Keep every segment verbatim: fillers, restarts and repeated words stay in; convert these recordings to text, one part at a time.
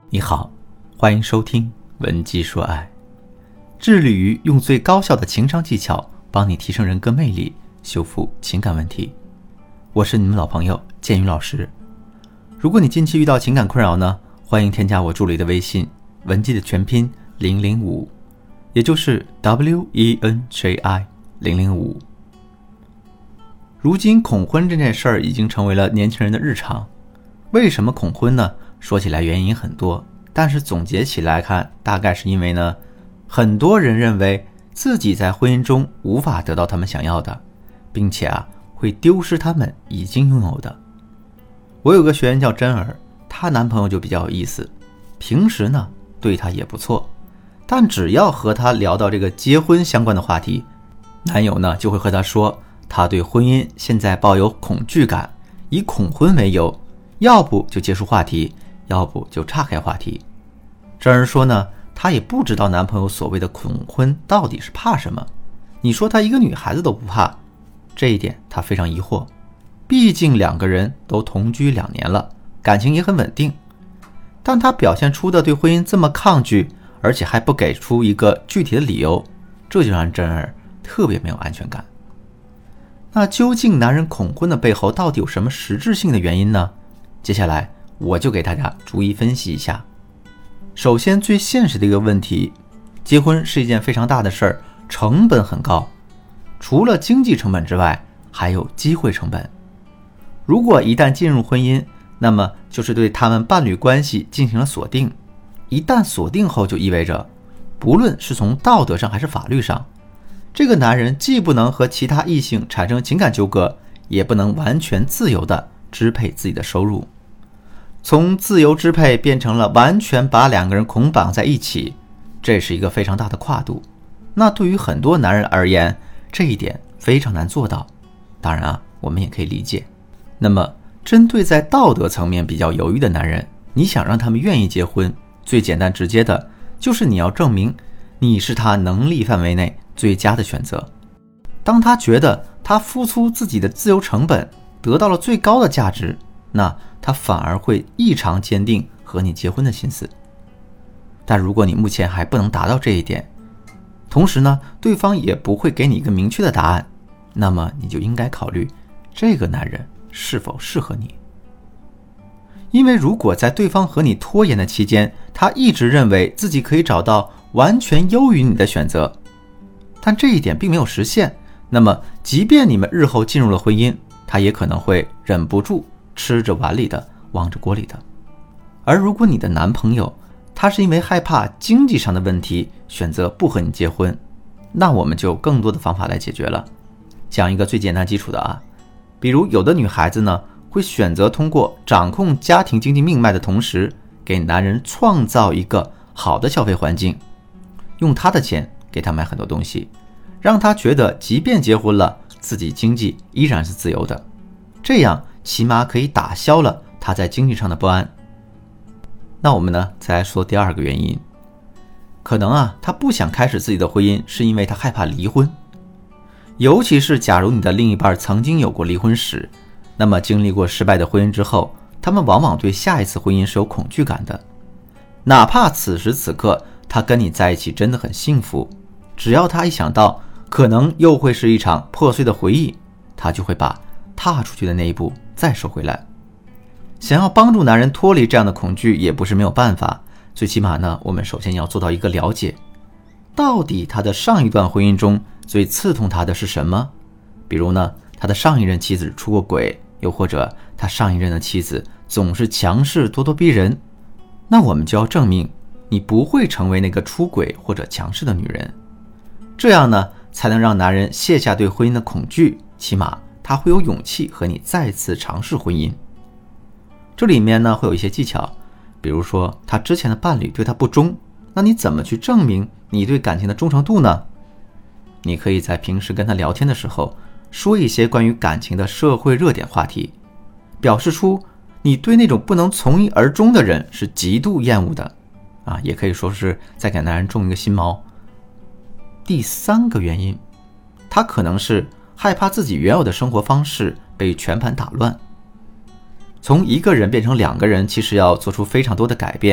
你好，欢迎收听文姬说爱，致力于用最高效的情商技巧帮你提升人格魅力，修复情感问题。我是你们老朋友建宇老师。如果你近期遇到情感困扰呢，欢迎添加我助理的微信文姬的全拼零零五，也就是 W E N J I 零零五。如今恐婚这件事儿已经成为了年轻人的日常。为什么恐婚呢？说起来原因很多，但是总结起来看，大概是因为呢，很多人认为自己在婚姻中无法得到他们想要的，并且啊会丢失他们已经拥有的。我有个学员叫珍儿，她男朋友就比较有意思，平时呢对她也不错，但只要和她聊到这个结婚相关的话题，男友呢就会和她说他对婚姻现在抱有恐惧感，以恐婚为由，要不就结束话题，要不就岔开话题。珍儿说呢，她也不知道男朋友所谓的恐婚到底是怕什么。你说她一个女孩子都不怕，这一点她非常疑惑。毕竟两个人都同居两年了，感情也很稳定，但她表现出的对婚姻这么抗拒，而且还不给出一个具体的理由，这就让珍儿特别没有安全感。那究竟男人恐婚的背后到底有什么实质性的原因呢？接下来我就给大家逐一分析一下。首先最现实的一个问题，结婚是一件非常大的事儿，成本很高，除了经济成本之外，还有机会成本。如果一旦进入婚姻，那么就是对他们伴侣关系进行了锁定。一旦锁定后，就意味着不论是从道德上还是法律上，这个男人既不能和其他异性产生情感纠葛，也不能完全自由地支配自己的收入。从自由支配变成了完全把两个人捆绑在一起，这是一个非常大的跨度。那对于很多男人而言，这一点非常难做到。当然啊，我们也可以理解。那么针对在道德层面比较犹豫的男人，你想让他们愿意结婚，最简单直接的就是你要证明你是他能力范围内最佳的选择。当他觉得他付出自己的自由成本得到了最高的价值，那他反而会异常坚定和你结婚的心思。但如果你目前还不能达到这一点，同时呢，对方也不会给你一个明确的答案，那么你就应该考虑这个男人是否适合你。因为如果在对方和你拖延的期间，他一直认为自己可以找到完全优于你的选择，但这一点并没有实现，那么即便你们日后进入了婚姻，他也可能会忍不住吃着碗里的忘着锅里的。而如果你的男朋友他是因为害怕经济上的问题选择不和你结婚，那我们就有更多的方法来解决了。讲一个最简单基础的啊，比如有的女孩子呢会选择通过掌控家庭经济命脉的同时，给男人创造一个好的消费环境，用他的钱给他买很多东西，让他觉得即便结婚了，自己经济依然是自由的，这样起码可以打消了他在经济上的不安。那我们呢再来说第二个原因，可能啊他不想开始自己的婚姻是因为他害怕离婚。尤其是假如你的另一半曾经有过离婚史，那么经历过失败的婚姻之后，他们往往对下一次婚姻是有恐惧感的。哪怕此时此刻他跟你在一起真的很幸福，只要他一想到可能又会是一场破碎的回忆，他就会把踏出去的那一步再收回来。想要帮助男人脱离这样的恐惧也不是没有办法，最起码呢，我们首先要做到一个了解，到底他的上一段婚姻中最刺痛他的是什么？比如呢，他的上一任妻子出过轨，又或者他上一任的妻子总是强势咄咄逼人，那我们就要证明你不会成为那个出轨或者强势的女人。这样呢，才能让男人卸下对婚姻的恐惧，起码他会有勇气和你再次尝试婚姻。这里面呢会有一些技巧，比如说他之前的伴侣对他不忠，那你怎么去证明你对感情的忠诚度呢？你可以在平时跟他聊天的时候说一些关于感情的社会热点话题，表示出你对那种不能从一而终的人是极度厌恶的啊，也可以说是在给男人种一个心锚。第三个原因，他可能是害怕自己原有的生活方式被全盘打乱。从一个人变成两个人，其实要做出非常多的改变，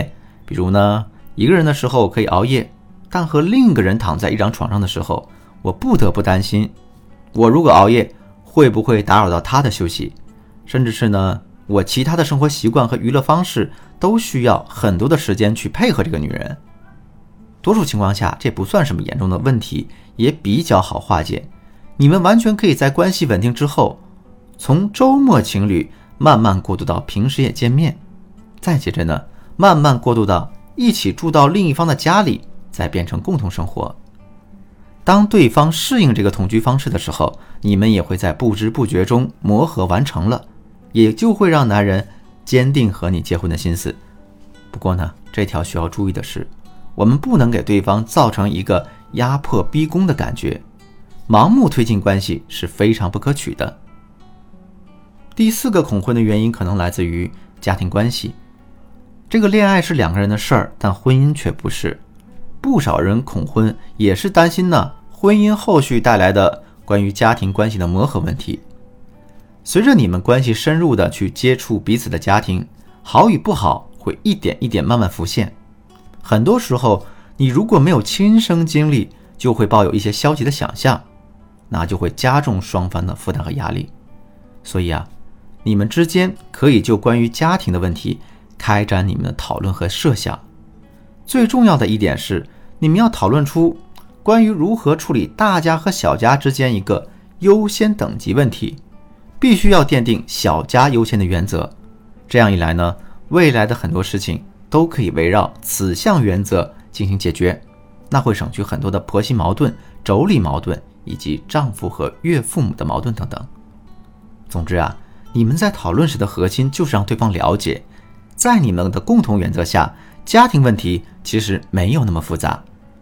比如呢，一个人的时候可以熬夜，但和另一个人躺在一张床上的时候，我不得不担心，我如果熬夜会不会打扰到他的休息，甚至是呢，我其他的生活习惯和娱乐方式都需要很多的时间去配合这个女人。多数情况下，这不算什么严重的问题，也比较好化解。你们完全可以在关系稳定之后，从周末情侣慢慢过渡到平时也见面，再接着呢，慢慢过渡到一起住到另一方的家里，再变成共同生活。当对方适应这个同居方式的时候，你们也会在不知不觉中磨合完成了，也就会让男人坚定和你结婚的心思。不过呢，这条需要注意的是，我们不能给对方造成一个压迫逼宫的感觉，盲目推进关系是非常不可取的。第四个恐婚的原因可能来自于家庭关系。这个恋爱是两个人的事儿，但婚姻却不是。不少人恐婚也是担心呢，婚姻后续带来的关于家庭关系的磨合问题。随着你们关系深入的去接触彼此的家庭，好与不好会一点一点慢慢浮现。很多时候，你如果没有亲身经历，就会抱有一些消极的想象，那就会加重双方的负担和压力。所以啊，你们之间可以就关于家庭的问题开展你们的讨论和设想。最重要的一点是，你们要讨论出关于如何处理大家和小家之间一个优先等级问题，必须要奠定小家优先的原则。这样一来呢，未来的很多事情都可以围绕此项原则进行解决，那会省去很多的婆媳矛盾、妯娌矛盾以及丈夫和岳父母的矛盾等等。总之啊，你们在讨论时的核心就是让对方了解，在你们的共同原则下，家庭问题其实没有那么复杂。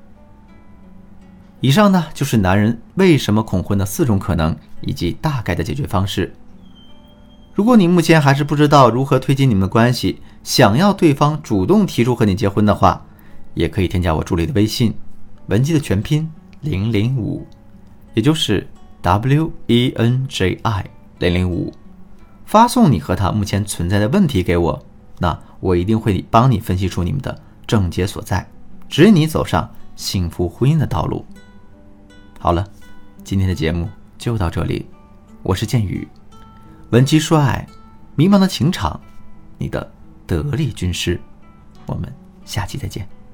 以上呢，就是男人为什么恐婚的四种可能以及大概的解决方式。如果你目前还是不知道如何推进你们的关系，想要对方主动提出和你结婚的话，也可以添加我助理的微信，文姬的全拼零零五，也就是 W E N J I 零零五，发送你和他目前存在的问题给我，那我一定会帮你分析出你们的症结所在，指引你走上幸福婚姻的道路。好了，今天的节目就到这里，我是剑宇，文姬说爱，迷茫的情场，你的得力军师，我们下期再见。